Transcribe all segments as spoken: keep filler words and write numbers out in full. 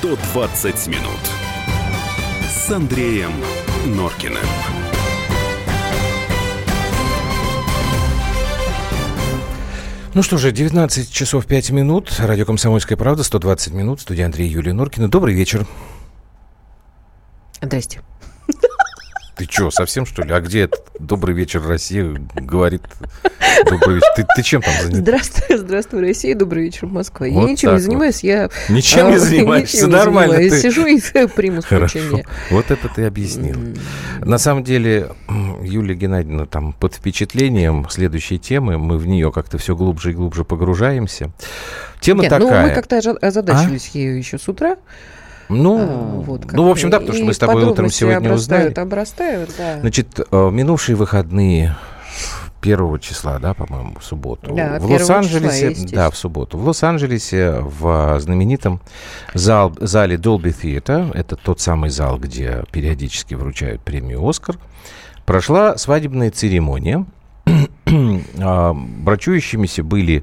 сто двадцать минут с Андреем Норкиным. Ну что же, девятнадцать часов пять минут. Радио «Комсомольская правда», сто двадцать минут. Студия Андрей, Юлия Норкина. Добрый вечер. Здрасте. Ты что, совсем, что ли? А где этот «Добрый вечер, Россия» говорит «Добрый вечер»? Ты, ты чем там занят? Здравствуй, здравствуй, Россия, добрый вечер, Москва. Вот я ничем не занимаюсь, вот. я... Ничем не занимаешься, ничем нормально. Не ты... Сижу и приму включение. Вот это ты объяснил. Mm. На самом деле, Юлия Геннадьевна там под впечатлением следующей темы, мы в нее как-то все глубже и глубже погружаемся. Тема Нет, такая... Ну, мы как-то озадачились а? ею еще с утра. Ну, а, вот, ну, в общем, да, потому что мы с тобой утром сегодня узнали. Обрастают, да. Значит, минувшие выходные первого числа, да, по-моему, в субботу. Да, в Лос-Анджелесе, числа, да, в субботу. В Лос-Анджелесе в знаменитом зал, зале Dolby Theatre, это тот самый зал, где периодически вручают премию «Оскар», прошла свадебная церемония. Брачующимися были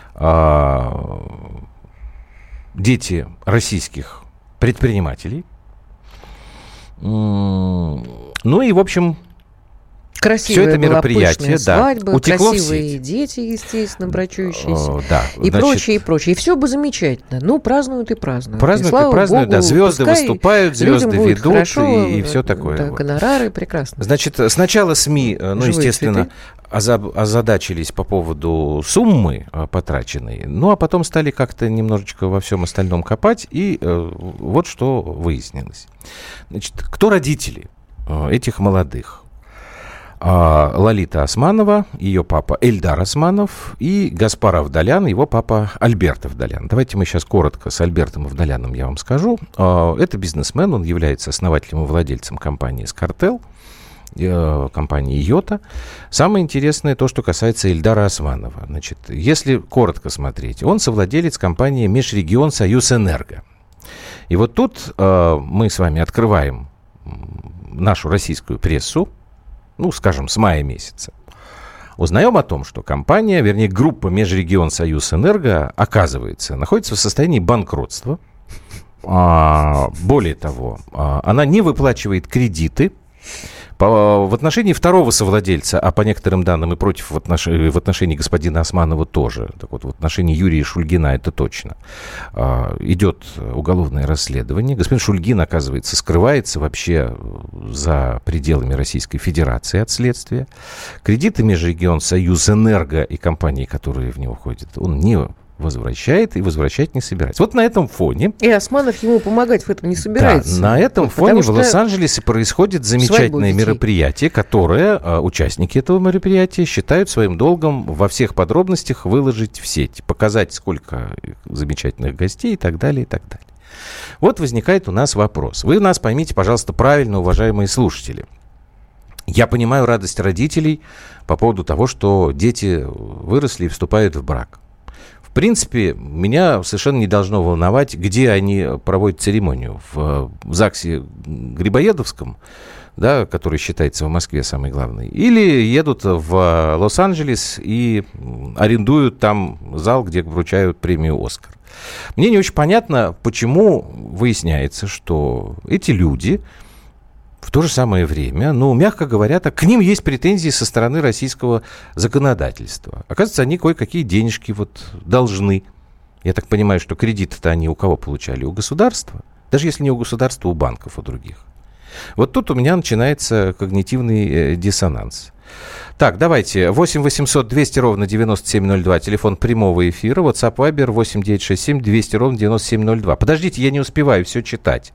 дети российских предпринимателей. Ну и, в общем, красивая все это мероприятие, да, свадьба, утекло красивые дети, естественно, брачующиеся, О, да, и значит, прочее, и прочее. И все бы замечательно. Ну, празднуют и празднуют. Празднуют и, и празднуют, Богу, да, звезды выступают, звезды ведут, хорошо, и, и все такое. Да, вот. Гонорары прекрасно. Значит, сначала СМИ, ну, Живые естественно, озадачились по поводу суммы потраченной, ну, а потом стали как-то немножечко во всем остальном копать, и э, вот что выяснилось. Значит, кто родители э, этих молодых? Лолита Османова, ее папа Эльдар Османов, и Гаспар Авдалян, его папа Альберт Авдалян. Давайте мы сейчас коротко с Альбертом Авдаляном я вам скажу. Это бизнесмен, он является основателем и владельцем компании «Скартел», компании «Йота». Самое интересное то, что касается Эльдара Османова. Значит, если коротко смотреть, он совладелец компании «Межрегион Союзэнерго». И вот тут мы с вами открываем нашу российскую прессу, ну, скажем, с мая месяца, узнаем о том, что компания, вернее, группа «Межрегион Союзэнерго», оказывается, находится в состоянии банкротства. А, более того, а, она не выплачивает кредиты по, в отношении второго совладельца, а по некоторым данным и против в отношении, в отношении господина Османова тоже. Так вот, в отношении Юрия Шульгина это точно. А, идет уголовное расследование. Господин Шульгин, оказывается, скрывается вообще за пределами Российской Федерации от следствия. Кредиты Межрегион Союзэнерго и компании, которые в него входят, он не возвращает и возвращать не собирается. Вот на этом фоне... И Османов ему помогать в этом не собирается. Да, на этом фоне в Лос-Анджелесе происходит замечательное мероприятие, которое а, участники этого мероприятия считают своим долгом во всех подробностях выложить в сеть, показать, сколько замечательных гостей и так далее, и так далее. Вот возникает у нас вопрос. Вы нас поймите, пожалуйста, правильно, уважаемые слушатели. Я понимаю радость родителей по поводу того, что дети выросли и вступают в брак. В принципе, меня совершенно не должно волновать, где они проводят церемонию. В ЗАГСе Грибоедовском, да, который считается в Москве самый главный, или едут в Лос-Анджелес и арендуют там зал, где вручают премию «Оскар». Мне не очень понятно, почему выясняется, что эти люди... В то же самое время, ну, мягко говоря, так, к ним есть претензии со стороны российского законодательства. Оказывается, они кое-какие денежки вот должны. Я так понимаю, что кредиты-то они у кого получали? У государства. Даже если не у государства, у банков, у других. Вот тут у меня начинается когнитивный э, диссонанс. Так, давайте. восемь восемьсот двести ровно девяносто семь ноль два. Телефон прямого эфира. WhatsApp Viber восемь девятьсот шестьдесят семь двести ровно девяносто семь ноль два. Подождите, я не успеваю все читать.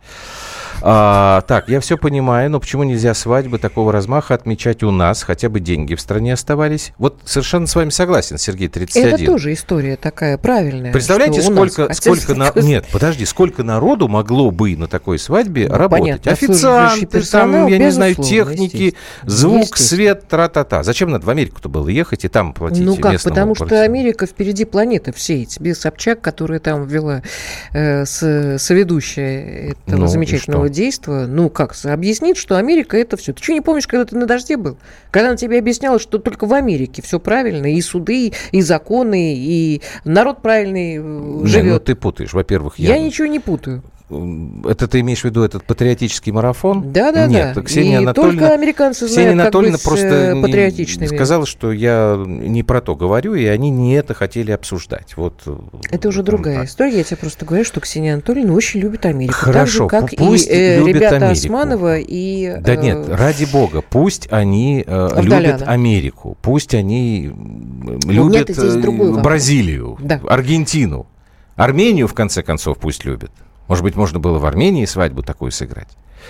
А, так, я все понимаю, но почему нельзя свадьбы такого размаха отмечать у нас? Хотя бы деньги в стране оставались. Вот совершенно с вами согласен, Сергей, тридцать один. Это тоже история такая правильная. Представляете, сколько, сколько на... Нет, подожди, сколько народу могло бы на такой свадьбе ну, работать? Понятно, официанты, там, я не знаю, техники, звук, свет, тра-та-та. Зачем надо в Америку-то было ехать и там платить ну как, местному потому партию? Что Америка впереди планеты всей. Тебе Собчак, которая там вела э, с, соведущая этого ну, замечательного действия, ну как, объяснит, что Америка это все. Ты что, не помнишь, когда ты на дожде был? Когда она тебе объясняла, что только в Америке все правильно, и суды, и законы, и народ правильный живет. Не, ну ты путаешь. Во-первых, я... Я ничего не путаю. это ты имеешь в виду этот патриотический марафон? Да, да, Нет, да. Ксения и Анатольевна, только американцы знают, Ксения Анатольевна как быть просто патриотичными. Сказала, что я не про то говорю, и они не это хотели обсуждать. Вот, это уже другая так. история. Я тебе просто говорю, что Ксения Анатольевна очень любит Америку. Хорошо, так же, как пусть и э, ребята Америку. Османова и... Да э, нет, ради бога, пусть они э, любят Америку, пусть они любят э, Бразилию, да. Аргентину, Армению, в конце концов, пусть любят. Может быть, можно было в Армении свадьбу такую сыграть.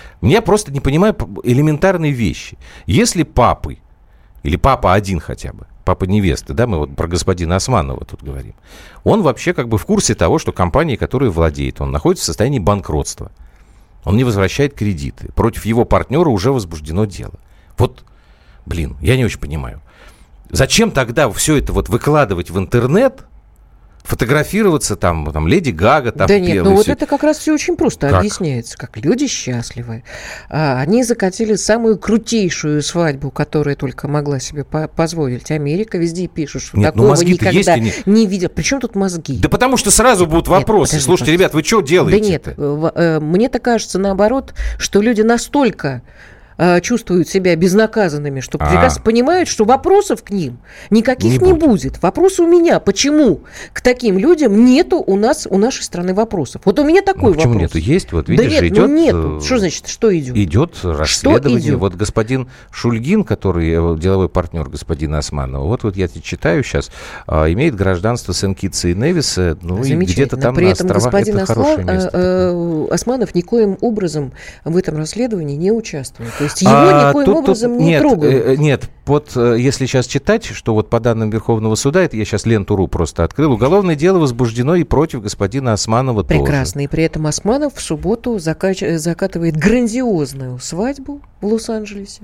Я просто не понимаю элементарные вещи. Если папы, или папа один хотя бы, папа невесты, да, мы вот про господина Османова тут говорим, он вообще как бы в курсе того, что компания, которой владеет, он находится в состоянии банкротства. Он не возвращает кредиты. Против его партнера уже возбуждено дело. Вот, блин, я не очень понимаю. Зачем тогда все это вот выкладывать в интернет, фотографироваться там, там Леди Гага там да нет, пела, ну вот все. это как раз все очень просто как? объясняется, как люди счастливы. А, они закатили самую крутейшую свадьбу, которую только могла себе по- позволить Америка. Везде пишут, что нет, такого ну никогда есть они... не видел. Причем тут мозги? Да потому что сразу будут вопросы. Нет, слушайте, ребят, вы что делаете? Да нет, мне-то кажется наоборот, что люди настолько чувствуют себя безнаказанными, что прекрасно понимают, что вопросов к ним никаких не, не будет. будет. Вопросы у меня. Почему к таким людям нету у нас, у нашей страны вопросов? Вот у меня такой ну, почему вопрос. Почему нету? Есть, вот видишь, да нет, идет... Ну нету. Что значит, что идет? Идет расследование. Что идет? Вот господин Шульгин, который деловой партнер господина Османова, вот, вот я читаю сейчас, имеет гражданство Сен-Китса и Невиса, ну и где-то там При на этом островах. господин это Осла... хорошее место. Э, Османов никоим образом в этом расследовании не участвует. То есть его а, никоим тут, образом тут, не нет, трогают. Э, нет, вот э, если сейчас читать, что вот по данным Верховного суда, это я сейчас ленту.ру просто открыл, уголовное дело возбуждено и против господина Османова тоже. Прекрасно. И при этом Османов в субботу закач... закатывает грандиозную свадьбу в Лос-Анджелесе.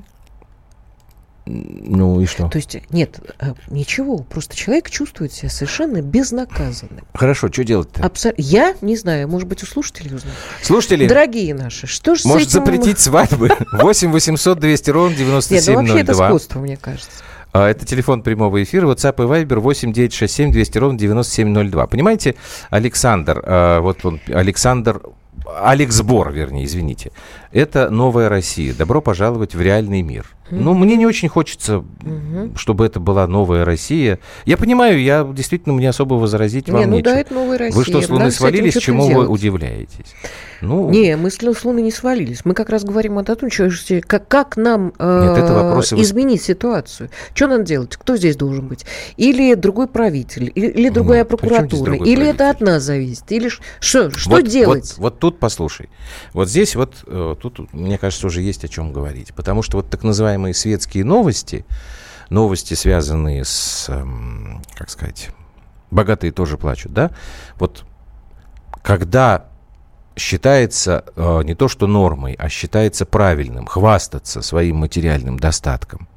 Ну и что? То есть, нет, ничего, просто человек чувствует себя совершенно безнаказанным. Хорошо, что делать-то? Абсо... Я не знаю, может быть, у слушателей узнать. Слушатели, дорогие наши, что же может с этим... запретить свадьбы? восемь восемьсот двести ровно девяносто семь ноль два. Нет, ну вообще это скотство, мне кажется. Это телефон прямого эфира, WhatsApp и Viber восемь девятьсот шестьдесят семь двести ровно девяносто семь ноль два. Понимаете, Александр, вот он, Александр... Алекс Бор, вернее, извините. Это новая Россия. Добро пожаловать в реальный мир. Mm-hmm. Ну, мне не очень хочется, mm-hmm. чтобы это была новая Россия. Я понимаю, я действительно, мне особо возразить вам не, ну нечего. Да, это новая Россия. Вы что, с Луны Надо свалились, с чему делать. Вы удивляетесь? Ну... Не, мы с Луны не свалились. Мы как раз говорим о том, что, как, как нам э, Нет, это вопросы... изменить ситуацию. Что надо делать? Кто здесь должен быть? Или другой правитель? Или, или другая Нет, прокуратура? Или правитель? Это от нас зависит? Или что, что вот, делать? Вот, вот тут послушай. Вот здесь вот, тут, мне кажется, уже есть о чем говорить. Потому что вот так называемые светские новости, новости, связанные с, как сказать, богатые тоже плачут, да? Вот когда считается не то что нормой, а считается правильным хвастаться своим материальным достатком,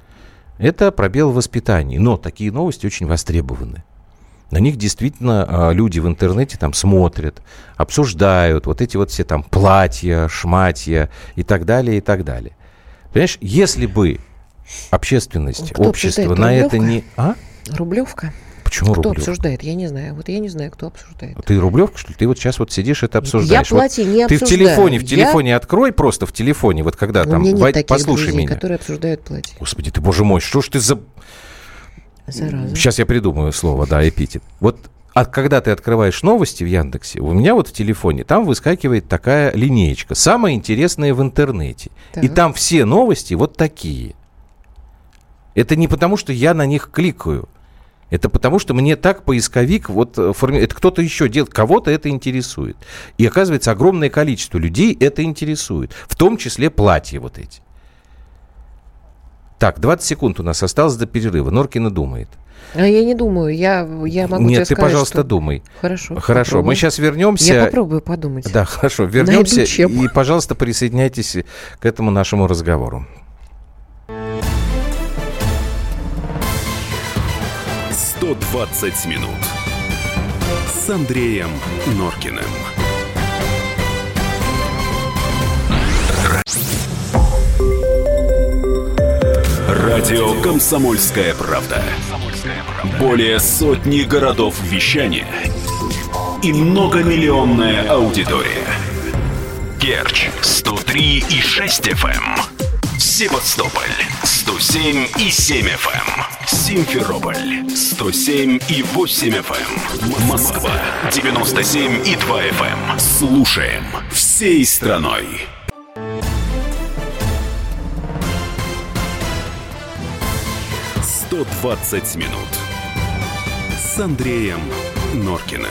это пробел в воспитании. Но такие новости очень востребованы. На них действительно а, люди в интернете там смотрят, обсуждают вот эти вот все там платья, шматья и так далее, и так далее. Понимаешь, если бы общественность, кто общество на это не... А? Рублевка? Почему кто Рублевка? обсуждает? Я не знаю. Вот я не знаю, кто обсуждает. Ты Рублевка, что ли? Ты вот сейчас вот сидишь, это обсуждаешь. Я платье вот не ты обсуждаю. в телефоне, в телефоне я... открой просто в телефоне, вот когда Но там... У меня нет Вай... таких Послушай друзей, меня. которые обсуждают платье. Господи ты, боже мой, что ж ты за... Зараза. Сейчас я придумаю слово, да, эпитет. Вот а когда ты открываешь новости в Яндексе, у меня вот в телефоне, там выскакивает такая линеечка. Самое интересное в интернете. Так. И там все новости вот такие. Это не потому, что я на них кликаю. Это потому, что мне так поисковик, вот, форми... это кто-то еще делает, кого-то это интересует. И оказывается, огромное количество людей это интересует. В том числе платья вот эти. Так, двадцать секунд у нас осталось до перерыва. Норкина думает. А я не думаю, я, я могу Нет, тебе ты, сказать, пожалуйста, что... думай. Хорошо. Хорошо, попробую. мы сейчас вернемся. Я попробую подумать. Да, хорошо, вернемся и, пожалуйста, присоединяйтесь к этому нашему разговору. сто двадцать минут с Андреем Норкиным. Радио «Комсомольская правда». Более сотни городов вещания и многомиллионная аудитория. Керчь сто три и шесть эф эм, Севастополь сто семь и семь эф эм, Симферополь сто семь и восемь эф эм, Москва девяносто семь и два эф эм. Слушаем всей страной. сто двадцать минут с Андреем Норкиным.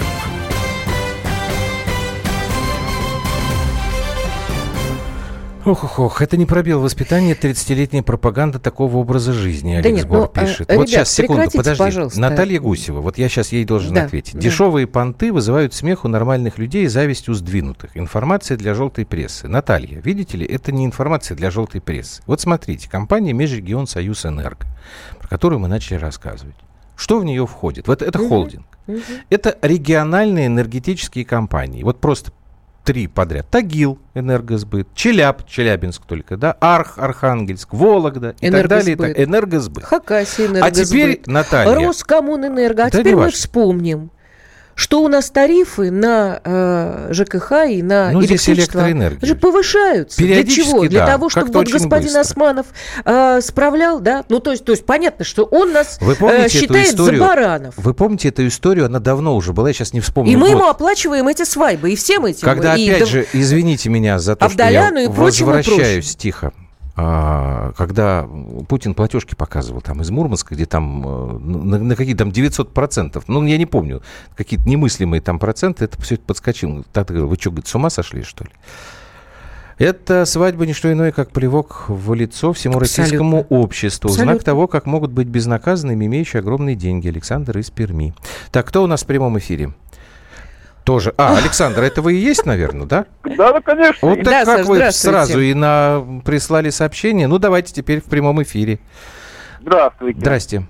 Ох-ох-ох, это не пробел воспитания, тридцатилетняя пропаганда такого образа жизни, Алекс да нет, Бор ну, пишет. Ребят, вот сейчас, секунду, подожди. Пожалуйста. Наталья Гусева, вот я сейчас ей должен да, ответить. Да. Дешевые понты вызывают смех у нормальных людей и зависть у сдвинутых. Информация для желтой прессы. Наталья, видите ли, это не информация для желтой прессы. Вот смотрите, компания Межрегионсоюзэнерго, про которую мы начали рассказывать. Что в нее входит? Вот это холдинг. Угу. Это региональные энергетические компании. Вот просто три подряд. Тагил, Энергосбыт, Челяб, Челябинск только, да, Арх, Архангельск, Вологда и так далее. Так, Энергосбыт. Хакасия, Энергосбыт. А теперь, Наталья. Роскоммунэнерго. А да теперь мы важно. вспомним, что у нас тарифы на э, ЖКХ и на ну, электричество же повышаются. Для чего? Да, Для того, чтобы вот господин быстро. Османов э, справлял, да? Ну, то есть, то есть понятно, что он нас э, считает историю, за баранов. Вы помните эту историю? Она давно уже была, я сейчас не вспомню. И мы год. ему оплачиваем эти свадьбы, и всем этим. Когда, и опять дов... же, извините меня за то, Авдаляну что я прочим, возвращаюсь тихо. А, когда Путин платежки показывал там из Мурманска, где там на, на какие-то там девятьсот процентов, ну, я не помню, какие-то немыслимые там проценты, это все это подскочило. Так, вы что, говорит, с ума сошли, что ли? Это свадьба не что иное, как плевок в лицо всему российскому Абсолютно. обществу. Абсолютно. Знак того, как могут быть безнаказанными, имеющие огромные деньги. Александр из Перми. Так, кто у нас в прямом эфире? Тоже. А, Александр, это вы и есть, наверное, да? Да, да, конечно. Вот так да, как Саш, вы сразу и на... прислали сообщение. Ну, давайте теперь в прямом эфире. Здравствуйте. Здрасте.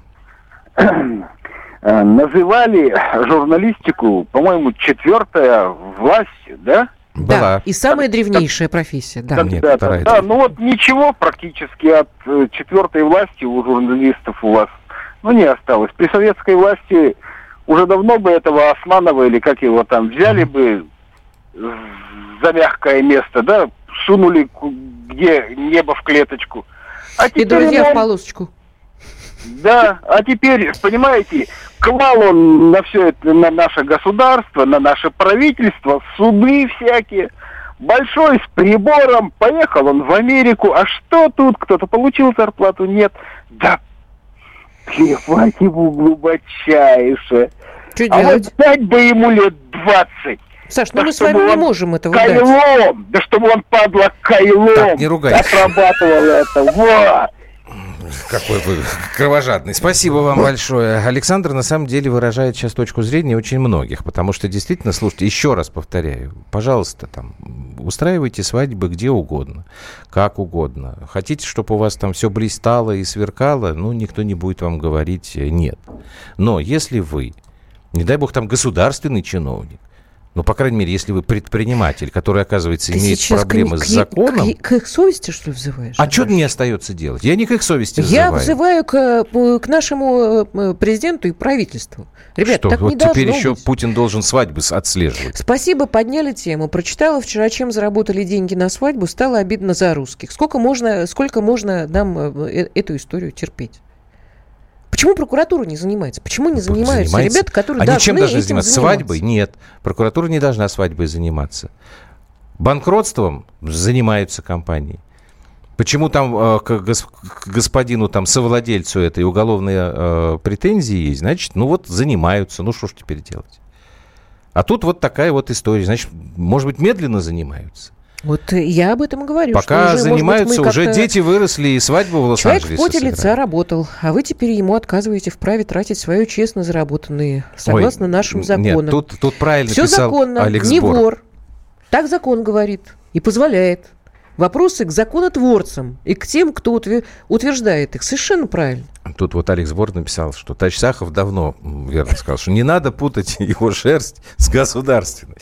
Называли журналистику, по-моему, четвертая власть, да? Была. Да, и самая древнейшая профессия, да. Так, Нет, да, вторая. да, ну вот ничего практически от э, четвертой власти у журналистов у вас, ну, не осталось. При советской власти уже давно бы этого Османова, или как его там, взяли бы за мягкое место, да, сунули где небо в клеточку. А и друзья он... в полосочку. Да, а теперь, понимаете, клал он на все это, на наше государство, на наше правительство, суды всякие. Большой, с прибором, поехал он в Америку. А что тут? Кто-то получил зарплату? Нет. Да плевать ему глубочайше. Что а делать? вот дать бы ему лет двадцать. Саш, да ну мы с вами не можем этого кайлом, дать. Да чтобы он, падла, кайлом так, не ругайтесь. отрабатывал это. Вот. Какой вы кровожадный. Спасибо вам большое. Александр, на самом деле, выражает сейчас точку зрения очень многих, потому что, действительно, слушайте, еще раз повторяю, пожалуйста, там, устраивайте свадьбы где угодно, как угодно. Хотите, чтобы у вас там все блистало и сверкало, ну, никто не будет вам говорить нет. Но если вы, не дай бог, там, государственный чиновник, ну, по крайней мере, если вы предприниматель, который, оказывается, Ты имеет проблемы к, с законом... К, к, к их совести, что ли, взываешь? А что мне остается делать? Я не к их совести взываю. Я взываю к, к нашему президенту и правительству. Ребят, что, так вот не должно теперь еще быть. Путин должен свадьбы отслеживать. Спасибо, подняли тему. Прочитала вчера, чем заработали деньги на свадьбу, стало обидно за русских. Сколько можно, сколько можно нам эту историю терпеть? Почему прокуратура не занимается? Почему не занимаются занимается. ребята, которые Они должны чем должны этим заниматься? заниматься? Свадьбой? Нет. Прокуратура не должна свадьбой заниматься. Банкротством занимаются компании. Почему там э, к, гос, к господину, там, совладельцу этой уголовные э, претензии есть? Значит, ну вот занимаются. Ну что ж теперь делать? А тут вот такая вот история. Значит, может быть, медленно занимаются. Вот я об этом и говорю. Пока что уже, занимаются, быть, уже дети выросли и свадьбу в Лос-Анджелесе Человек в поте лица сыграли. работал, а вы теперь ему отказываете в праве тратить свое честно заработанные, согласно Ой, нашим законам. Нет, тут, тут правильно Все писал законно, Алекс не Бор. вор. Так закон говорит и позволяет. Вопросы к законотворцам и к тем, кто утверждает их. Совершенно правильно. Тут вот Алекс Бор написал, что Тач Сахов давно верно сказал, что не надо путать его шерсть с государственной.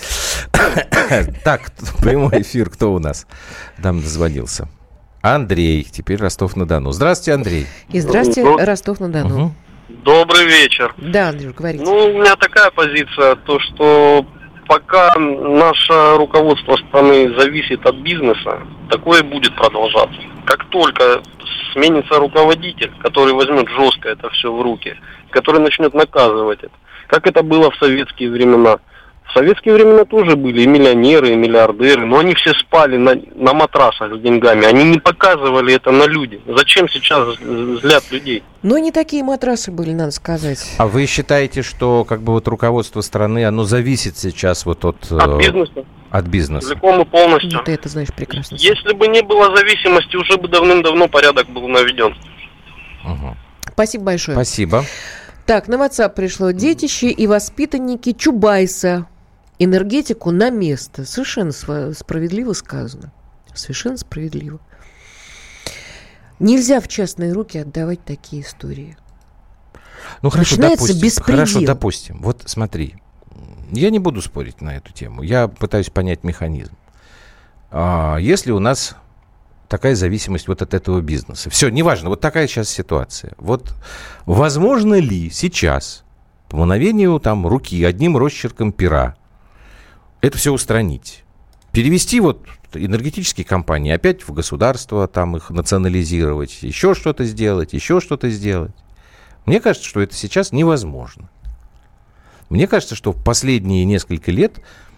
Так, прямой эфир, кто у нас? Там дозвонился. Андрей, теперь Ростов-на-Дону. Здравствуйте, Андрей. И здравствуйте, Доб... Ростов-на-Дону. Угу. Добрый вечер. Да, Андрей, говорите. Ну, у меня такая позиция, то, что пока наше руководство страны зависит от бизнеса, такое будет продолжаться. Как только сменится руководитель, который возьмет жестко это все в руки, который начнет наказывать это, как это было в советские времена. В советские времена тоже были и миллионеры, и миллиардеры, но они все спали на, на матрасах с деньгами, они не показывали это на люди. Зачем сейчас злят людей? Но не такие матрасы были, надо сказать. А вы считаете, что как бы вот руководство страны, оно зависит сейчас вот от... От бизнеса. От бизнеса. Целиком и полностью. Ну, ты это знаешь прекрасно. Если бы не было зависимости, уже бы давным-давно порядок был наведен. Угу. Спасибо большое. Спасибо. Так, на WhatsApp пришло: детище и воспитанники Чубайса. Энергетику на место. Совершенно справедливо сказано. Совершенно справедливо. Нельзя в частные руки отдавать такие истории. Ну хорошо, Начинается допустим. беспредел. Хорошо, допустим. Вот смотри. Я не буду спорить на эту тему. Я пытаюсь понять механизм. А если у нас такая зависимость вот от этого бизнеса. Все, неважно, вот такая сейчас ситуация. Вот возможно ли сейчас по мгновению там руки, одним росчерком пера это все устранить? Перевести вот энергетические компании опять в государство, там их национализировать, еще что-то сделать, еще что-то сделать. Мне кажется, что это сейчас невозможно. Мне кажется, что в последние несколько лет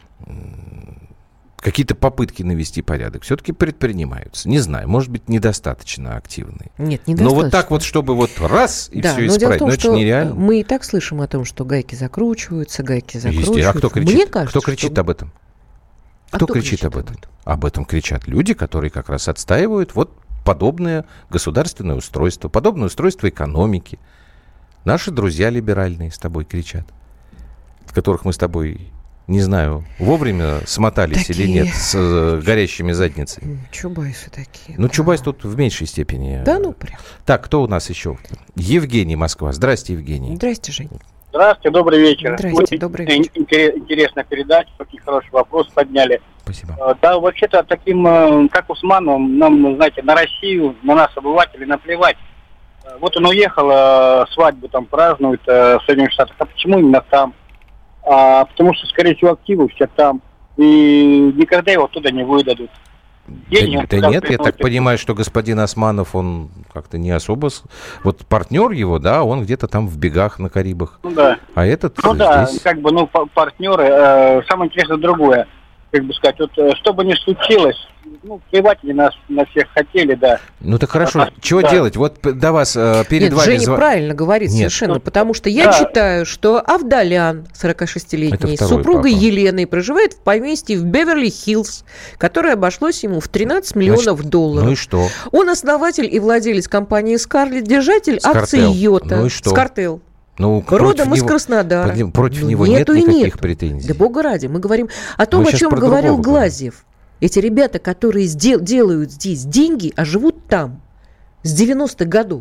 какие-то попытки навести порядок все-таки предпринимаются. Не знаю, может быть, недостаточно активные. Нет, недостаточно. Но вот так вот, чтобы вот раз и да, все но исправить, дело в том, но это что же нереально. Мы и так слышим о том, что гайки закручиваются, гайки закручиваются. Есть, а кто кричит? Мне кажется, кто кричит что... об этом? А кто, кто кричит, кричит об этом? Об этом кричат люди, которые как раз отстаивают вот подобное государственное устройство, подобное устройство экономики. Наши друзья либеральные с тобой кричат, которых мы с тобой... Не знаю, вовремя смотались такие... или нет с э, горящими задницами. Чубайсы такие. Ну, да. Чубайс тут в меньшей степени. Да, ну прям. Так, кто у нас еще? Евгений, Москва. Здрасте, Евгений. Здрасте, Жень. Здравствуйте, добрый вечер. Здрасте, добрый вечер. Интересная передача, такие хорошие вопросы подняли. Спасибо. Да, вообще-то таким, как Усманов, нам, знаете, на Россию, на нас, обывателей, наплевать. Вот он уехал, свадьбу там празднует в Соединенных Штатах. А почему именно там? А, потому что, скорее всего, активы все там, и никогда его оттуда не выдадут. Деньги да, да нет, я так понимаю, что господин Османов, он как-то не особо... Вот партнер его, да, он где-то там в бегах на Карибах. Ну да. А этот Ну здесь... да, как бы, ну, партнеры. Э, самое интересное другое. Как бы сказать, вот что бы ни случилось, ну, плевать они нас на всех хотели, да. Ну так хорошо, а, чего да. делать? Вот до вас э, перед Нет, вами... Женя зв... правильно говорит Нет. совершенно, потому что я да. читаю, что Авдалян, сорокашестилетний, с супругой папа. Еленой, проживает в поместье в Беверли-Хиллз, которое обошлось ему в тринадцать миллионов Значит, долларов. Ну и что? Он основатель и владелец компании «Скарлетт», держатель акций «Йота». Ну и что? «Скартел». Ну, Родом из Краснодара. Против, против ну, него нет никаких нету. претензий. Да бога ради, мы говорим о том, Мы о чем про говорил другого Глазьев. Эти ребята, которые сдел- делают здесь деньги, а живут там с девяностых годов.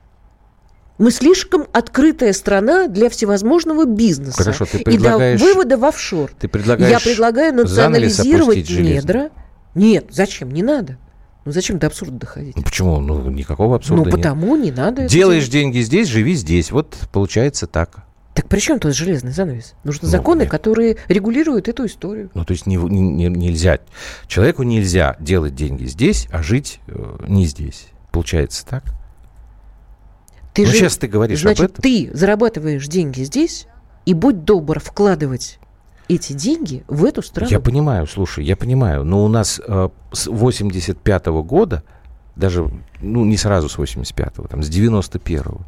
Мы слишком открытая страна для всевозможного бизнеса. Хорошо, ты и для вывода в офшор. Ты предлагаешь Я предлагаю национализировать недра. Нет, зачем? Не надо. Ну зачем до абсурда доходить? Ну почему? Ну никакого абсурда Ну нет. потому не надо. Делаешь деньги здесь, живи здесь. Вот получается так. Так при чем тут железный занавес? Нужны Ну, законы, нет. которые регулируют эту историю. Ну, то есть не, не- нельзя, человеку нельзя делать деньги здесь, а жить э, не здесь. Получается так? Ты Ну, же, сейчас ты говоришь значит, об этом. ты зарабатываешь деньги здесь, и будь добр вкладывать эти деньги в эту страну. Я понимаю, слушай, я понимаю, но у нас э, с восемьдесят пятого года, даже, ну, не сразу с восемьдесят пятого, там, с девяносто первого,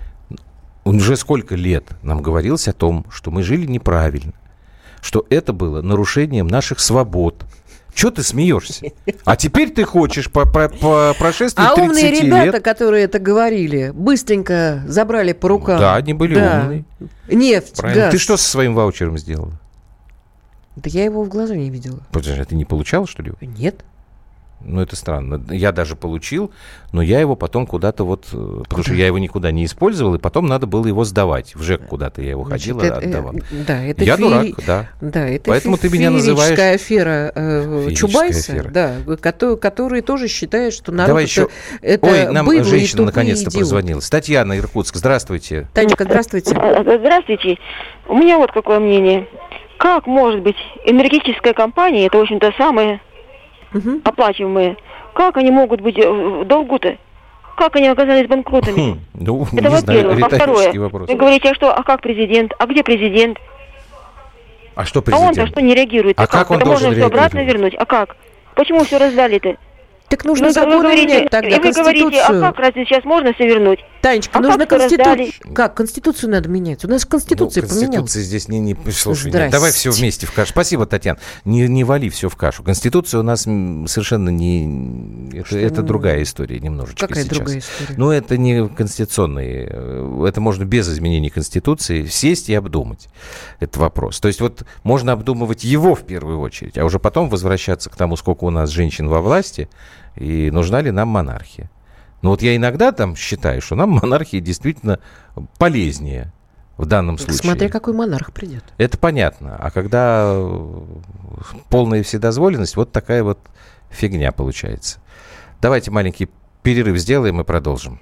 уже сколько лет нам говорилось о том, что мы жили неправильно, что это было нарушением наших свобод. Чего ты смеешься? А теперь ты хочешь по, по, по прошествии а тридцати умные ребята, лет... которые это говорили, быстренько забрали по рукам. Да, они были Да. умные. Нефть, Правильно. газ. Ты что со своим ваучером сделала? Да я его в глаза не видела. Подожди, а ты не получал, что ли? Нет. Ну, это странно. Я даже получил, но я его потом куда-то вот... Потому куда? Что я его никуда не использовал, и потом надо было его сдавать. В ЖЭК куда-то я его ходил, Значит, отдавал. Это, да, это я фе... дурак, да. Да, это Поэтому фе- ты меня называешь... феерическая афера э, Чубайса, афера. да, который, который тоже считает, что народ Давай это, еще... это Ой, нам быдло и женщина тупые наконец-то идиоты. позвонилась. Татьяна, Иркутск, здравствуйте. Танечка, здравствуйте. Здравствуйте. У меня вот какое мнение. как может быть энергетическая компания, это, в общем-то, самые угу. оплачиваемые, как они могут быть в долгу-то? Как они оказались банкротами? Хм, ну, это во-первых. Во-второе, вопрос. вы говорите, а что, а как президент? А где президент? А что президент? А он-то что не реагирует? А, а как, как он это должен можно все обратно вернуть? А как? Почему все раздали-то? Так нужно законы менять тогда, и вы говорите, а как, разве сейчас можно все вернуть? Танечка, а нужно конституцию. Как? Конституцию надо менять. У нас Конституция ну, поменялась. Конституция здесь не... не... Слушай, нет, давай все вместе в кашу. Спасибо, Татьяна. Не, не вали все в кашу. Конституция у нас совершенно не... Это, это другая история немножечко Какая сейчас. другая история? Ну, это не конституционные. Это можно без изменений Конституции сесть и обдумать этот вопрос. То есть вот можно обдумывать его в первую очередь, а уже потом возвращаться к тому, сколько у нас женщин во власти и нужна ли нам монархия. Но вот я иногда там считаю, что нам монархия действительно полезнее в данном случае. Смотря какой монарх придет. Это понятно. А когда полная вседозволенность, вот такая вот фигня получается. Давайте маленький перерыв сделаем и продолжим.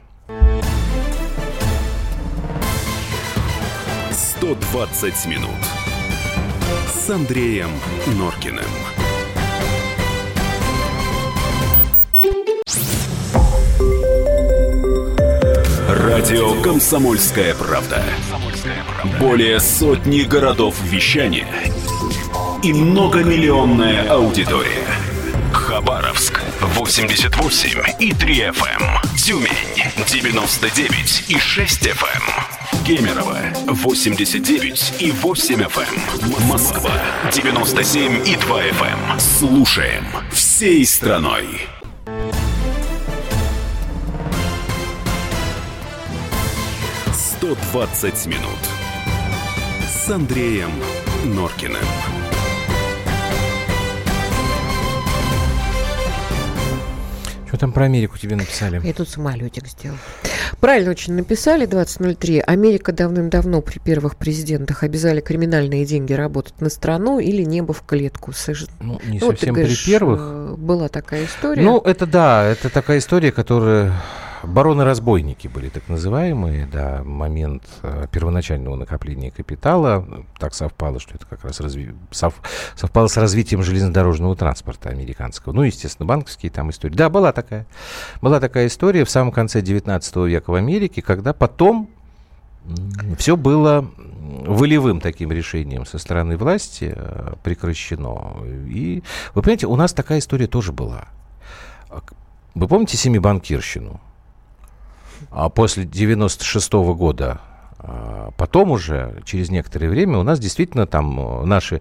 сто двадцать минут с Андреем Норкиным. Радио «Комсомольская правда». Более сотни городов вещания и многомиллионная аудитория. Хабаровск восемьдесят восемь и три эф эм, Тюмень девяносто девять и шесть эф эм, Кемерово восемьдесят девять и восемь эф эм, Москва девяносто семь и два эф эм. Слушаем всей страной. сто двадцать минут с Андреем Норкиным. Что там про Америку тебе написали? Я тут самолетик сделал. Правильно очень написали, двадцать ноль три. Америка давным-давно при первых президентах обязали криминальные деньги работать на страну или небо в клетку. Ну, не ну, совсем вот, говоришь, при первых. Была такая история. Ну, это да, это такая история, которая... Бароны-разбойники были так называемые, да, момент э, первоначального накопления капитала. Так совпало, что это как раз разви... сов... совпало с развитием железнодорожного транспорта американского. Ну, естественно, банковские там истории. Да, была такая. Была такая история в самом конце девятнадцатого века в Америке, когда потом все было волевым таким решением со стороны власти э, прекращено. И, вы понимаете, у нас такая история тоже была. Вы помните семибанкирщину? А после девяносто шестого года, потом уже, через некоторое время, у нас действительно там наши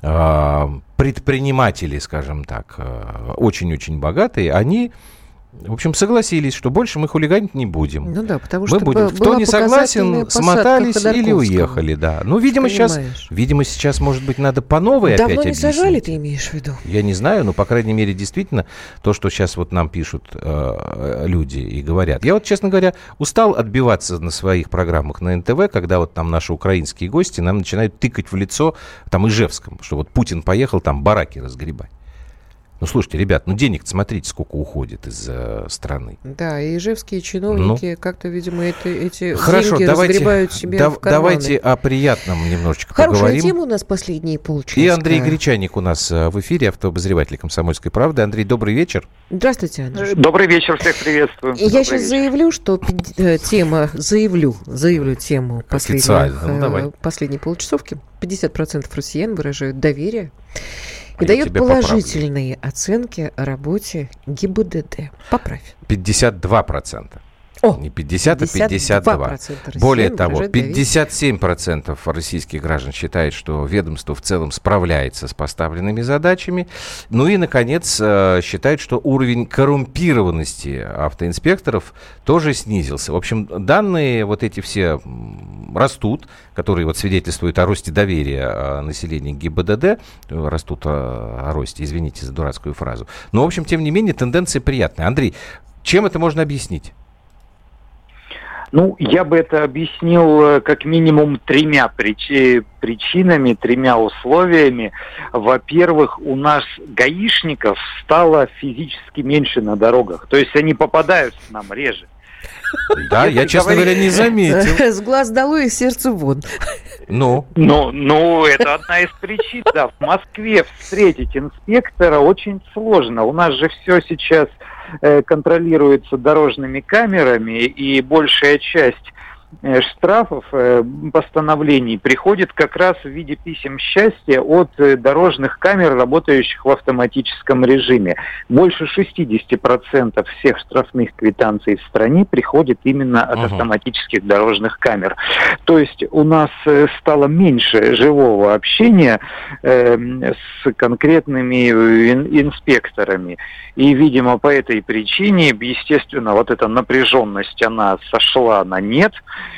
предприниматели, скажем так, очень-очень богатые, они... В общем, согласились, что больше мы хулиганить не будем. Ну да, потому мы что будем. Кто не согласен, смотались или уехали, да. Ну, видимо, сейчас, видимо, сейчас, может быть, надо по новой Давно опять объяснить. Давно не сажали, ты имеешь в виду? Я не знаю, но, по крайней мере, действительно, то, что сейчас вот нам пишут э, люди и говорят. Я вот, честно говоря, устал отбиваться на своих программах на эн тэ вэ, когда вот там наши украинские гости нам начинают тыкать в лицо, там, Ижевском, что вот Путин поехал там бараки разгребать. Ну, слушайте, ребят, ну денег, смотрите, сколько уходит из э, страны. Да, и ижевские чиновники ну, как-то, видимо, это, эти хорошо, деньги давайте, разгребают себе да, в карманы. Давайте о приятном немножечко Хорошая поговорим. Хорошая тема у нас последние полчаса. И Андрей Гречаник у нас в эфире, автообозреватель «Комсомольской правды». Андрей, добрый вечер. Здравствуйте, Андрей. Добрый вечер, всех приветствую. И я сейчас вечер. заявлю, что тема, заявлю, заявлю тему ну, последней получасовки. пятьдесят процентов россиян выражают доверие и дает положительные поправлю. оценки работе гэ и бэ дэ дэ. Поправь. пятьдесят два процента. О, не пятьдесят, а пятьдесят два. Более того, пятьдесят семь процентов российских граждан считают, что ведомство в целом справляется с поставленными задачами. Ну и, наконец, считают, что уровень коррумпированности автоинспекторов тоже снизился. В общем, данные вот эти все растут, которые вот свидетельствуют о росте доверия населения к гэ и бэ дэ дэ. Растут о, о росте, извините за дурацкую фразу. Но, в общем, тем не менее, тенденция приятная. Андрей, чем это можно объяснить? Ну, я бы это объяснил как минимум тремя прич... причинами, тремя условиями. Во-первых, у нас гаишников стало физически меньше на дорогах. То есть они попадаются нам реже. Да, я, честно говоря, не заметил. С глаз долой и сердце вон. Ну? Ну, ну, это одна из причин, да. В Москве встретить инспектора очень сложно. У нас же все сейчас э, контролируется дорожными камерами, и большая часть э, штрафов, э, постановлений приходит как раз в виде писем счастья от э, дорожных камер, работающих в автоматическом режиме. Больше шестьдесят процентов всех штрафных квитанций в стране приходит именно от uh-huh. автоматических дорожных камер. То есть у нас э, стало меньше живого общения э, с конкретными ин- инспекторами. И, видимо, по этой причине, естественно, вот эта напряженность, она сошла на нет.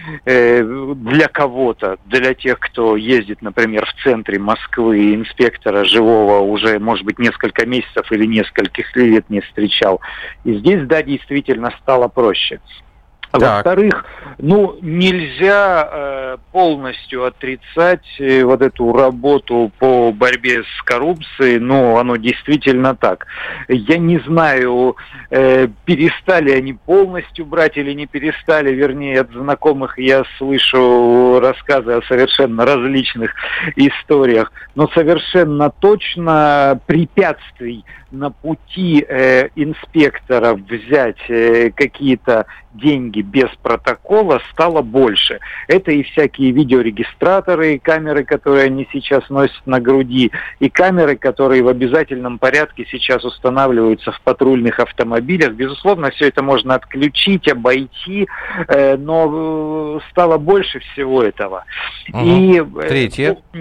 Для кого-то, для тех, кто ездит, например, в центре Москвы, инспектора живого уже, может быть, несколько месяцев или нескольких лет не встречал. И здесь, да, действительно стало проще. Так. Во-вторых, ну, нельзя э, полностью отрицать э, вот эту работу по борьбе с коррупцией, но оно действительно так. Я не знаю, э, перестали они полностью брать или не перестали, вернее, от знакомых я слышу рассказы о совершенно различных историях, но совершенно точно препятствий на пути э, инспекторов взять э, какие-то деньги без протокола стало больше. Это и всякие видеорегистраторы, и камеры, которые они сейчас носят на груди, и камеры, которые в обязательном порядке сейчас устанавливаются в патрульных автомобилях. Безусловно, все это можно отключить, обойти, э, но стало больше всего этого. Угу. И третье. Э,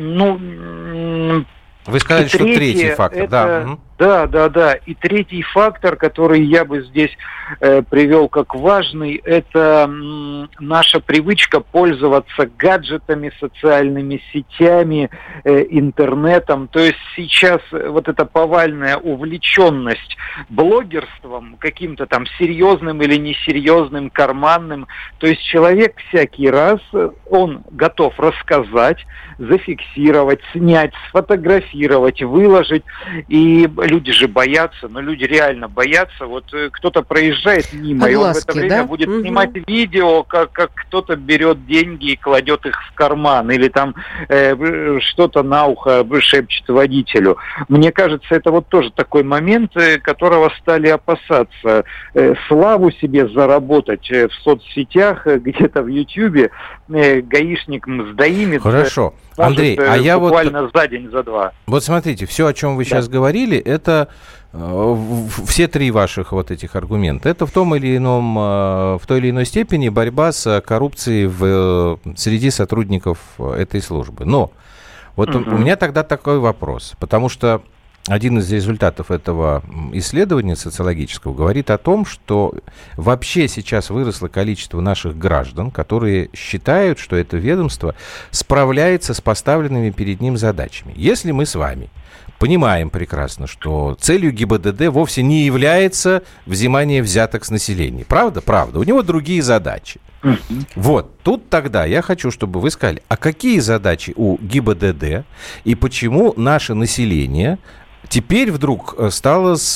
ну, Вы сказали, что третье, третий фактор, это, да. Угу. Да, да, да. И третий фактор, который я бы здесь э, привел как важный, это м, наша привычка пользоваться гаджетами, социальными сетями, э, интернетом. То есть сейчас вот эта повальная увлеченность блогерством, каким-то там серьезным или несерьезным, карманным. То есть человек всякий раз, он готов рассказать, зафиксировать, снять, сфотографировать, выложить. И люди же боятся, но люди реально боятся. Вот кто-то проезжает мимо, Огласки, и он в это время да? будет угу. снимать видео, как, как кто-то берет деньги и кладет их в карман, или там э, что-то на ухо шепчет водителю. Мне кажется, это вот тоже такой момент, которого стали опасаться. Э, славу себе заработать в соцсетях, где-то в Ютьюбе, э, гаишник мздоимец. Хорошо. Может, Андрей, а я вот... буквально за день, за два. Вот смотрите, все, о чем вы да. сейчас говорили, это э, все три ваших вот этих аргумента. Это в том или ином, э, в той или иной степени борьба с коррупцией в, э, среди сотрудников этой службы. Но вот угу. у, у меня тогда такой вопрос, потому что один из результатов этого исследования социологического говорит о том, что вообще сейчас выросло количество наших граждан, которые считают, что это ведомство справляется с поставленными перед ним задачами. Если мы с вами понимаем прекрасно, что целью ГИБДД вовсе не является взимание взяток с населения. Правда? Правда. У него другие задачи. Uh-huh. Вот, тут тогда я хочу, чтобы вы сказали, а какие задачи у ГИБДД и почему наше население теперь вдруг стало с,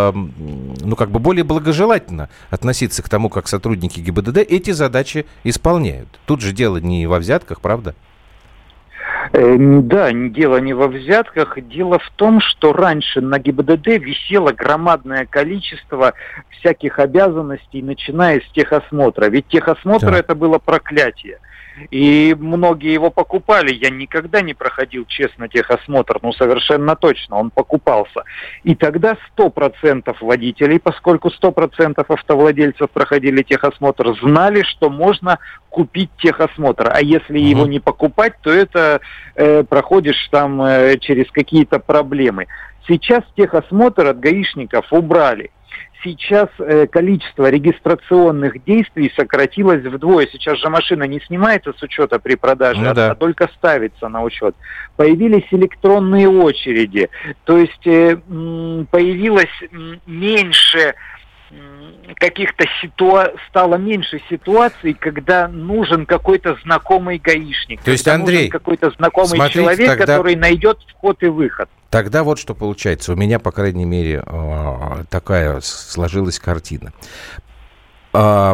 ну, как бы более благожелательно относиться к тому, как сотрудники ГИБДД эти задачи исполняют. Тут же дело не во взятках, правда? Да, дело не во взятках. Дело в том, что раньше на ГИБДД висело громадное количество всяких обязанностей, начиная с техосмотра. Ведь техосмотр да. это было проклятие. И многие его покупали. Я никогда не проходил честно техосмотр, ну совершенно точно, он покупался. И тогда сто процентов водителей, поскольку сто процентов автовладельцев проходили техосмотр, знали, что можно купить техосмотр. А если угу. его не покупать, то это э, проходишь там э, через какие-то проблемы. Сейчас техосмотр от гаишников убрали. Сейчас э, количество регистрационных действий сократилось вдвое. Сейчас же машина не снимается с учета при продаже, ну, а, да. а только ставится на учет. Появились электронные очереди. То есть э, м, появилось м, меньше м, каких-то ситуаций, стало меньше ситуаций, когда нужен какой-то знакомый гаишник. То есть, Андрей, нужен какой-то знакомый смотрите, человек, тогда... который найдет вход и выход. Тогда вот что получается. У меня, по крайней мере, такая сложилась картина.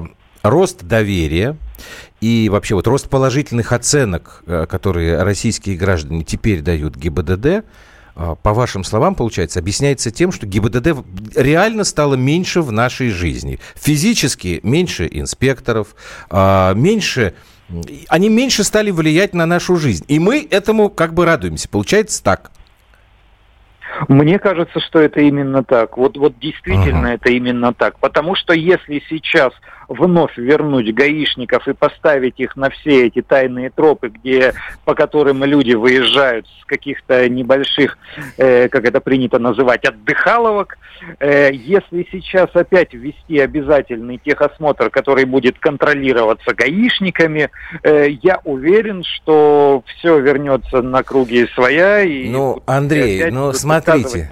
рост доверия и вообще вот рост положительных оценок, которые российские граждане теперь дают ГИБДД, по вашим словам, получается, объясняется тем, что ГИБДД реально стало меньше в нашей жизни. Физически меньше инспекторов, меньше... Они меньше стали влиять на нашу жизнь. И мы этому как бы радуемся. Получается так. Мне кажется, что это именно так. Вот, вот действительно uh-huh. это именно так. Потому что если сейчас вновь вернуть гаишников и поставить их на все эти тайные тропы, где, по которым люди выезжают с каких-то небольших, э, как это принято называть, отдыхаловок, э, если сейчас опять ввести обязательный техосмотр, который будет контролироваться гаишниками, э, я уверен, что все вернется на круги своя. И ну, Андрей, ну смотрите.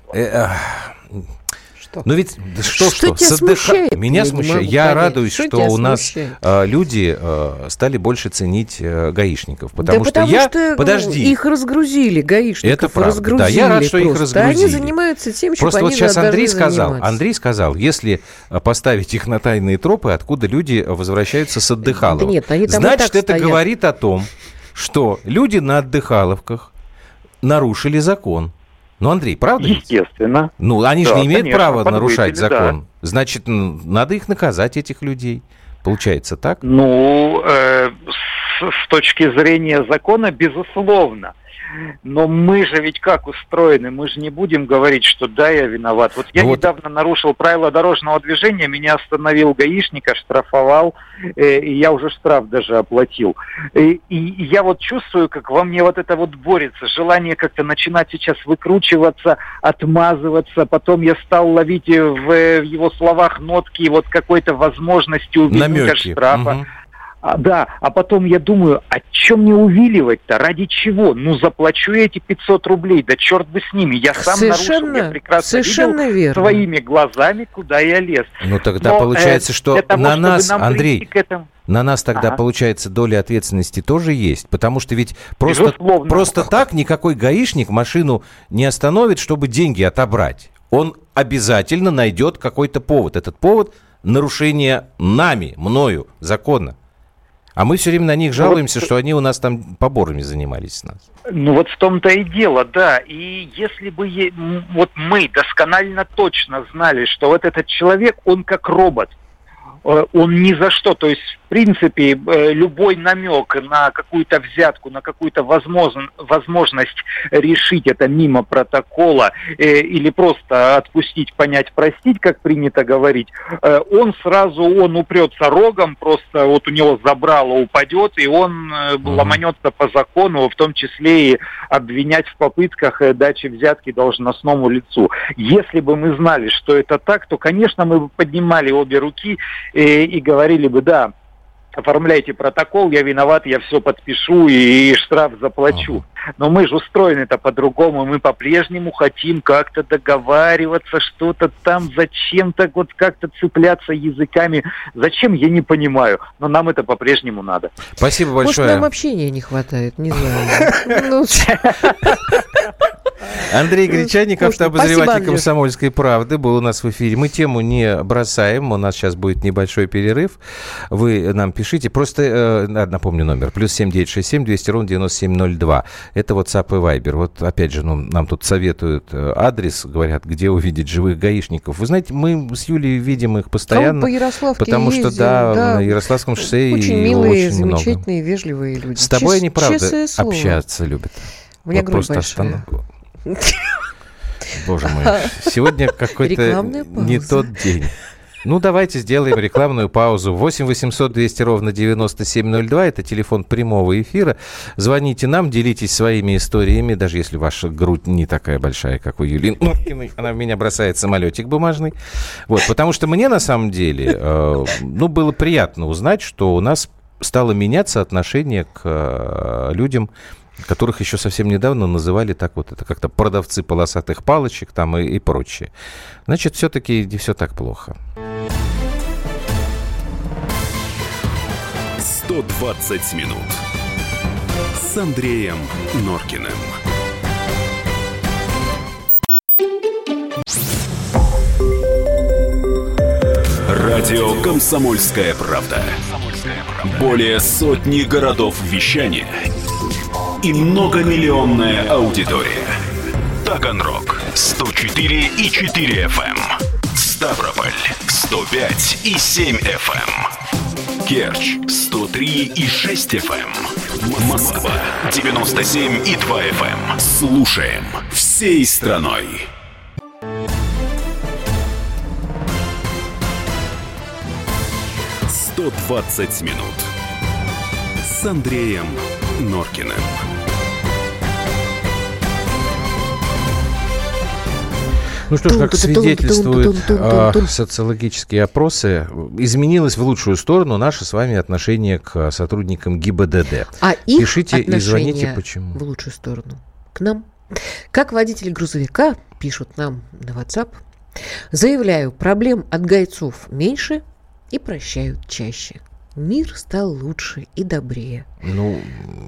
Что? Ну ведь что, что? Что? С смущает? Меня смущает. Я понять. радуюсь, что, что у нас а, люди а, стали больше ценить а, гаишников. Потому да что потому я... что Подожди. Их разгрузили, гаишников. Это правда. Разгрузили да, я рад, что просто. их разгрузили. Они занимаются тем, чем просто они вот сейчас Андрей сказал, заниматься. Андрей сказал, если поставить их на тайные тропы, откуда люди возвращаются с отдыхаловок, да нет, они там значит, это стоят. говорит о том, что люди на отдыхаловках нарушили закон. Ну, Андрей, правда? Естественно. Ну, они да, же не имеют конечно, права нарушать закон. Да. Значит, надо их наказать, этих людей. Получается так? Ну, э, с, с точки зрения закона, безусловно. Но мы же ведь как устроены? Мы же не будем говорить, что да, я виноват. Вот я вот. недавно нарушил правила дорожного движения, меня остановил гаишник, оштрафовал, э, и я уже штраф даже оплатил. И, и я вот чувствую, как во мне вот это вот борется, желание как-то начинать сейчас выкручиваться, отмазываться. Потом я стал ловить в, в его словах нотки вот какой-то возможности увильнуть от штрафа. Угу. А, да, а потом я думаю, а чем мне увиливать-то? Ради чего? Ну, заплачу я эти пятьсот рублей, да черт бы с ними. Я сам совершенно, нарушил, я прекрасно совершенно видел верно. своими глазами, куда я лез. Ну, тогда Но, получается, э, что того, на нас, Андрей, на нас тогда, ага. получается, доля ответственности тоже есть. Потому что ведь просто, просто так никакой гаишник машину не остановит, чтобы деньги отобрать. Он обязательно найдет какой-то повод. Этот повод – нарушение нами, мною, закона. А мы все время на них жалуемся, вот, что они у нас там поборами занимались с нас. Ну вот в том-то и дело, да. И если бы е... вот мы досконально точно знали, что вот этот человек, он как робот, он ни за что, то есть в принципе любой намек на какую-то взятку, на какую-то возможно, возможность решить это мимо протокола э, или просто отпустить, понять, простить, как принято говорить, э, он сразу, он упрется рогом, просто вот у него забрало упадет, и он э, mm-hmm. ломанется по закону, в том числе и обвинять в попытках э, дачи взятки должностному лицу. Если бы мы знали, что это так, то, конечно, мы бы поднимали обе руки э, и говорили бы, да, оформляйте протокол, я виноват, я все подпишу и штраф заплачу. Но мы же устроены-то по-другому, мы по-прежнему хотим как-то договариваться, что-то там, зачем-то вот как-то цепляться языками. Зачем, я не понимаю, но нам это по-прежнему надо. Спасибо большое. Может, нам общения не хватает, не знаю. Андрей Гречаник, автообозреватель «Комсомольской правды», был у нас в эфире. Мы тему не бросаем, у нас сейчас будет небольшой перерыв. Вы нам пишите, просто э, напомню номер, плюс семь девятьсот шестьдесят семь двести ровно девяносто семь ноль два. Это WhatsApp и Viber. Вот опять же, ну, нам тут советуют адрес, говорят, где увидеть живых гаишников. Вы знаете, мы с Юлей видим их постоянно. По Ярославке потому ездим, что, да, да, на Ярославском шоссе очень и милые, очень замечательные, много. вежливые люди. С тобой Чес- они, правда, слово. общаться любят. У меня вот грудь просто большая. Останов... Боже мой, сегодня какой-то не тот день. Ну, давайте сделаем рекламную паузу. восемь восемьсот двести ровно девяносто семь ноль два. Это телефон прямого эфира. Звоните нам, делитесь своими историями, даже если ваша грудь не такая большая, как у Юлии Норкиной. Она в меня бросает самолетик бумажный. Вот, потому что мне, на самом деле, э, ну, было приятно узнать, что у нас стало меняться отношение к э, людям, которых еще совсем недавно называли так вот, это как-то продавцы полосатых палочек там и, и прочее. Значит, все-таки не все так плохо. сто двадцать минут с Андреем Норкиным. Радио «Комсомольская правда». Более сотни городов вещания и многомиллионная аудитория. Таганрог сто четыре и четыре эф эм, Ставрополь сто пять и семь эф эм, Керчь сто три и шесть эф эм, Москва девяносто семь и два эф эм. Слушаем всей страной. сто двадцать минут с Андреем Норкиным. Ну что ж, как свидетельствуют э, социологические опросы, изменилось в лучшую сторону наше с вами отношение к сотрудникам ГИБДД. А их Пишите и звоните, почему. В лучшую сторону к нам. Как водитель грузовика, пишут нам на WhatsApp, заявляю, проблем от гайцов меньше и прощают чаще. Мир стал лучше и добрее. Ну,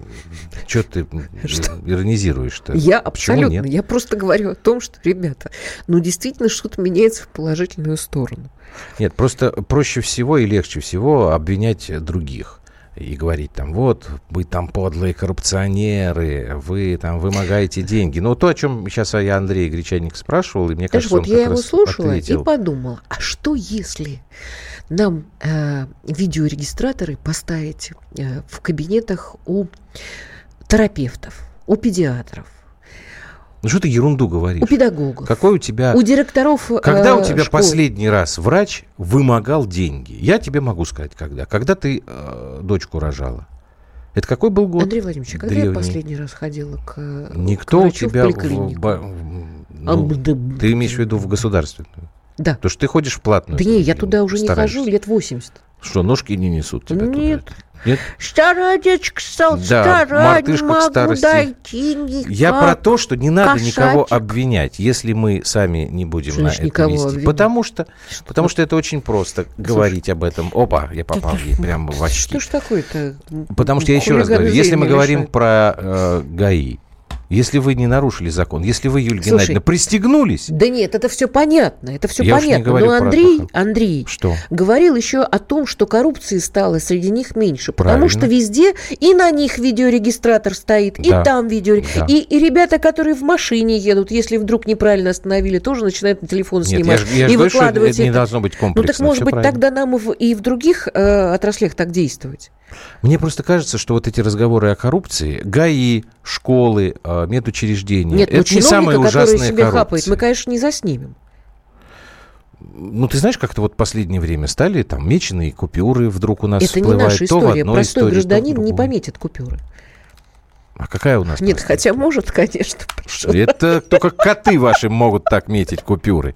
что ты иронизируешь-то? Я абсолютно. Я просто говорю о том, что, ребята, ну, действительно что-то меняется в положительную сторону. Нет, просто проще всего и легче всего обвинять других. И говорить там, вот, вы там подлые коррупционеры, вы там вымогаете деньги. Ну, то, о чем сейчас я Андрей Гречанник спрашивал, и мне Даже кажется, вот он я как его раз слушала ответил. И подумала, а что если нам э, видеорегистраторы поставить э, в кабинетах у терапевтов, у педиатров? Ну, что ты ерунду говоришь? У педагогов. Какой у тебя... У директоров Когда э, у тебя школ. последний раз врач вымогал деньги? Я тебе могу сказать, когда. Когда ты э, дочку рожала. Это какой был год? Андрей Владимирович, когда Древний. я последний раз ходила к, Никто к врачу у тебя в в, поликлинику? в, ну, а, ты имеешь в виду в государственную? Да. Потому что ты ходишь в платную. Да не, я туда уже стараешься. не хожу лет восемьдесят. Что, ножки не несут тебя Нет. туда? Нет? Старая девочка стала Да, старая, не мартышка к могу старости. дойти никак. Я про то, что не надо Кошачек. никого обвинять, если мы сами не будем Что на значит это никого вести. обвинять? Потому что, потому что это очень просто говорить об этом. Опа, я попал ей прямо в очки. Что ж такое-то? Потому что я еще раз Хулиганы говорю, если мы зрения говорим лишают. про э, ГАИ, если вы не нарушили закон, если вы, Юлия Слушай, Геннадьевна, пристегнулись... Да нет, это все понятно, это все Я уж не понятно. говорю Но про Андрей, то, Андрей Что? говорил еще о том, что коррупции стало среди них меньше, потому Правильно. что везде и на них видеорегистратор стоит, Да. и там видео, Да. и, и ребята, которые в машине едут, если вдруг неправильно остановили, тоже начинают на телефон Нет, снимать я, ж- я ж и говорю, что выкладывать это не это. должно быть комплексно. Ну так может Всё быть правильно. тогда нам и в, и в других э, отраслях так действовать? Мне просто кажется, что вот эти разговоры о коррупции, ГАИ, школы, э, медучреждения, Нет, ну это не чиновника, самая который ужасная себе коррупция. хапает, мы, конечно, не заснимем. Ну, ты знаешь, как-то вот в последнее время стали там меченые купюры вдруг у нас Это не всплывают. наша то в история. одной Простой истории, гражданин то в не другой. пометит купюры. А какая у нас? Нет, простая хотя история? может, конечно. Это только коты ваши могут так метить купюры.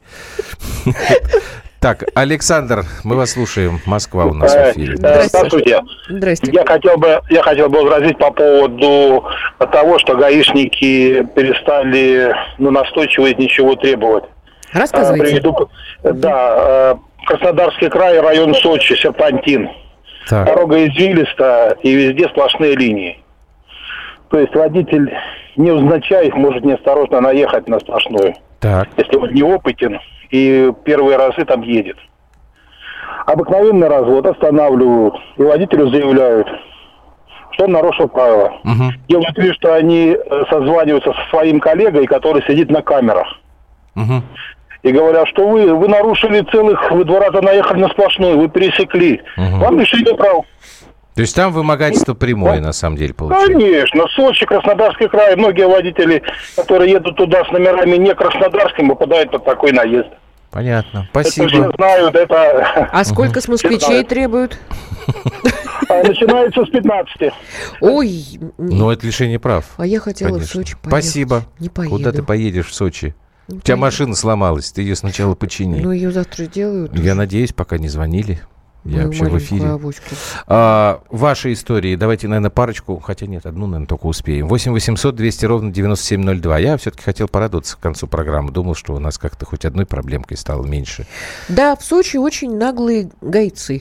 Так, Александр, мы вас слушаем. Москва у нас в эфире. Здравствуйте. Здрасте. Я хотел бы, я хотел бы возразить по поводу того, что гаишники перестали, ну, настойчиво из ничего требовать. Рассказывайте. А, приведу, да, э, Краснодарский край, район Сочи, Серпантин. Так. Дорога извилистая и везде сплошные линии. То есть водитель, невзначай, может неосторожно наехать на сплошную, Так. если он неопытен и первые разы там едет. Обыкновенный развод останавливают, и водителю заявляют, что он нарушил правила. Угу. Делают вид, что они э, созваниваются со своим коллегой, который сидит на камерах. Угу. И говорят, что вы, вы нарушили целых, вы два раза наехали на сплошную, вы пересекли. Угу. Вам лишили прав. То есть там вымогательство прямое, на самом деле, получается. Конечно, Сочи, Краснодарский край, многие водители, которые едут туда с номерами не краснодарскими, попадают под такой наезд. Понятно. Это все Спасибо. знают, это... А сколько с москвичей требуют? А, начинается с пятнадцати. Ой, Но это лишение прав. а я хотела Конечно. в Сочи поехать. Спасибо. Не поеду. Куда ты поедешь в Сочи? Не У тебя поеду. машина сломалась, ты ее сначала почини. Ну, ее завтра сделают. Я надеюсь, пока не звонили. Я Мою вообще в маленькую эфире. авоську. А, ваши истории, давайте, наверное, парочку, хотя нет, одну, наверное, только успеем. восемь восемьсот двести ровно девяносто семь ноль два. Я все-таки хотел порадоваться к концу программы. Думал, что у нас как-то хоть одной проблемкой стало меньше. Да, в Сочи очень наглые гайцы.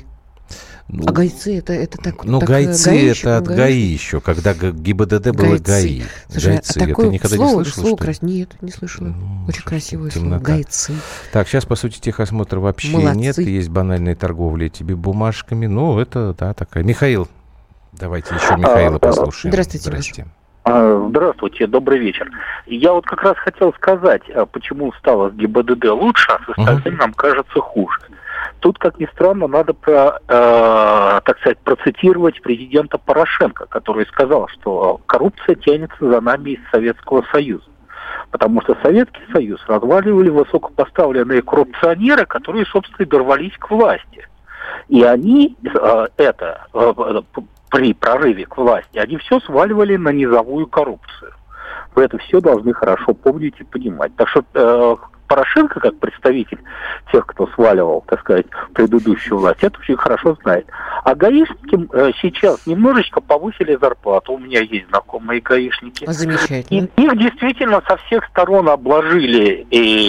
Ну, а гайцы это, это так... Ну, так, гайцы гаишек, это от гаишек? ГАИ еще, когда ГИБДД было ГАИ. Слушай, гайцы. А такое Ты никогда слово, не слышала, слово что крас... Нет, не слышала. Ну, Очень красивое темнота. слово. Гайцы. Так, сейчас, по сути, техосмотра вообще Молодцы. нет. Есть банальная торговля тебе бумажками. Ну, это, да, такая. Михаил, давайте еще Михаила а, послушаем. Здравствуйте. Здравствуйте. Здравствуйте, добрый вечер. Я вот как раз хотел сказать, почему стало с ГИБДД лучше, а с остальным uh-huh. нам кажется хуже. Тут, как ни странно, надо, про, э, так сказать, процитировать президента Порошенко, который сказал, что коррупция тянется за нами из Советского Союза. Потому что Советский Союз разваливали высокопоставленные коррупционеры, которые, собственно, дорвались к власти. И они э, это... Э, при прорыве к власти, они все сваливали на низовую коррупцию. Вы это все должны хорошо помнить и понимать. Так что э, Порошенко, как представитель тех, кто сваливал, так сказать, предыдущую власть, это очень хорошо знает. А гаишники э, сейчас немножечко повысили зарплату. У меня есть знакомые гаишники. А замечательно. И их действительно со всех сторон обложили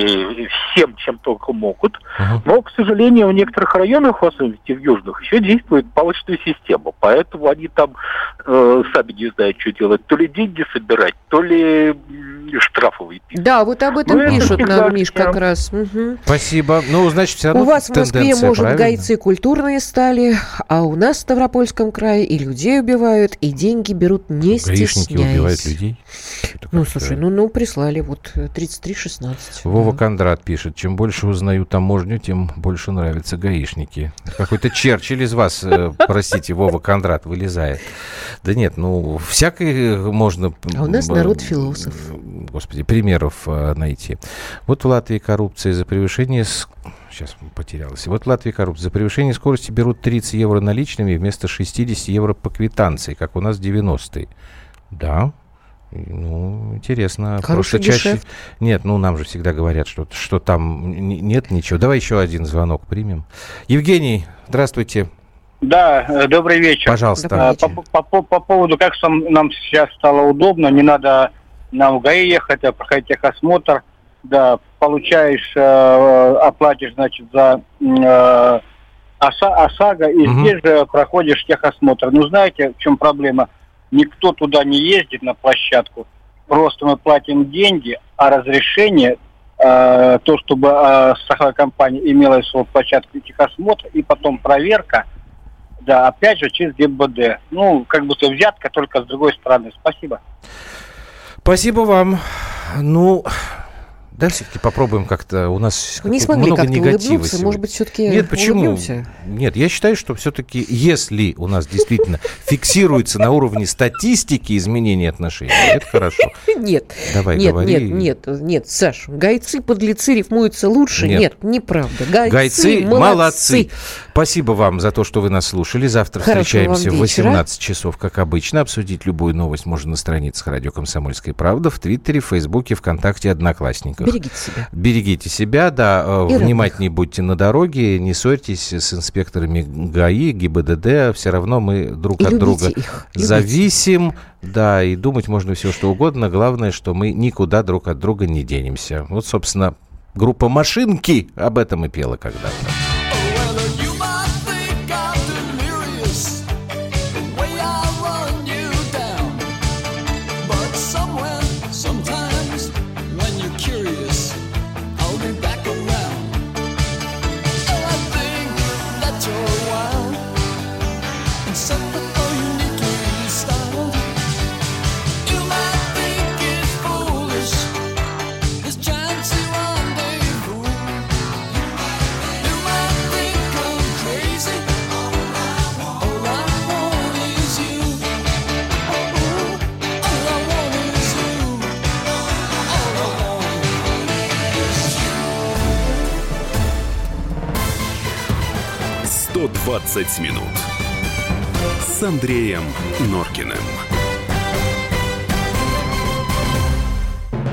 и всем, чем только могут. Uh-huh. Но, к сожалению, в некоторых районах, в особенности в южных, еще действует палочная система. Поэтому они там э, сами не знают, что делать. То ли деньги собирать, то ли штрафы выписывать. Да, вот об этом ну, пишут это нам, Миш, как раз. Угу. Спасибо. Ну, значит, все равно у вас в Москве, может, правильно? Гайцы культурные стали, а у нас в Ставропольском крае и людей убивают, и деньги берут, не Гаишники стесняясь. убивают людей? Ну, слушай, ну, ну, прислали вот тридцать три шестнадцать. Вова да. Кондрат пишет, чем больше узнаю таможню, тем больше нравятся гаишники. Какой-то Черчилль из вас, простите, Вова Кондрат вылезает. Да нет, ну, всякое можно... А у нас народ философ. Господи, примеров найти. Вот в Латвии коррупция за превышение... Сейчас потерялась. Вот в Латвии коррупция. За превышение скорости берут тридцать евро наличными вместо шестьдесят евро по квитанции, как у нас в девяностые. Да. Ну, интересно. Хороший Просто чаще... гешефт. Нет, ну, нам же всегда говорят, что, что там нет ничего. Давай еще один звонок примем. Евгений, здравствуйте. Да, добрый вечер. Пожалуйста. Добрый вечер. По, по, по поводу, как нам сейчас стало удобно, не надо нам в ГАИ ехать, а проходить техосмотр. Да, получаешь, э, оплатишь, значит, за э, ОСАГО, и угу. здесь же проходишь техосмотр. Ну, знаете, в чем проблема? Никто туда не ездит на площадку. Просто мы платим деньги, а разрешение, э, то, чтобы э, страховая компания имела свою площадку техосмотра, и потом проверка, да, опять же, через ГИБДД. Ну, как будто взятка, только с другой стороны. Спасибо. Спасибо вам. Ну... Да, все-таки попробуем как-то. У нас не смогли много как-то негатива улыбнуться, сегодня. может быть, все-таки Нет, почему? улыбнемся? Нет, я считаю, что все-таки, если у нас действительно фиксируется на уровне статистики изменения отношений, это хорошо. Нет, Давай, нет, говори. нет, нет, нет, Саш, гайцы, подлецы рифмуются лучше? Нет, нет неправда. Гайцы, гайцы молодцы. молодцы. Спасибо вам за то, что вы нас слушали. Завтра Хорошего встречаемся вам в вечера. восемнадцать часов, как обычно. Обсудить любую новость можно на страницах «Радио Комсомольская правда», в Твиттере, в Фейсбуке, ВКонтакте, Одноклассниках. Берегите себя. Берегите себя, да, И внимательнее родных. Будьте на дороге, не ссорьтесь с инспекторами ГАИ, ГИБДД, все равно мы друг и от друга их. зависим, да, и думать можно все, что угодно, главное, что мы никуда друг от друга не денемся. Вот, собственно, группа «Машинки» об этом и пела когда-то. сто двадцать минут с Андреем Норкиным.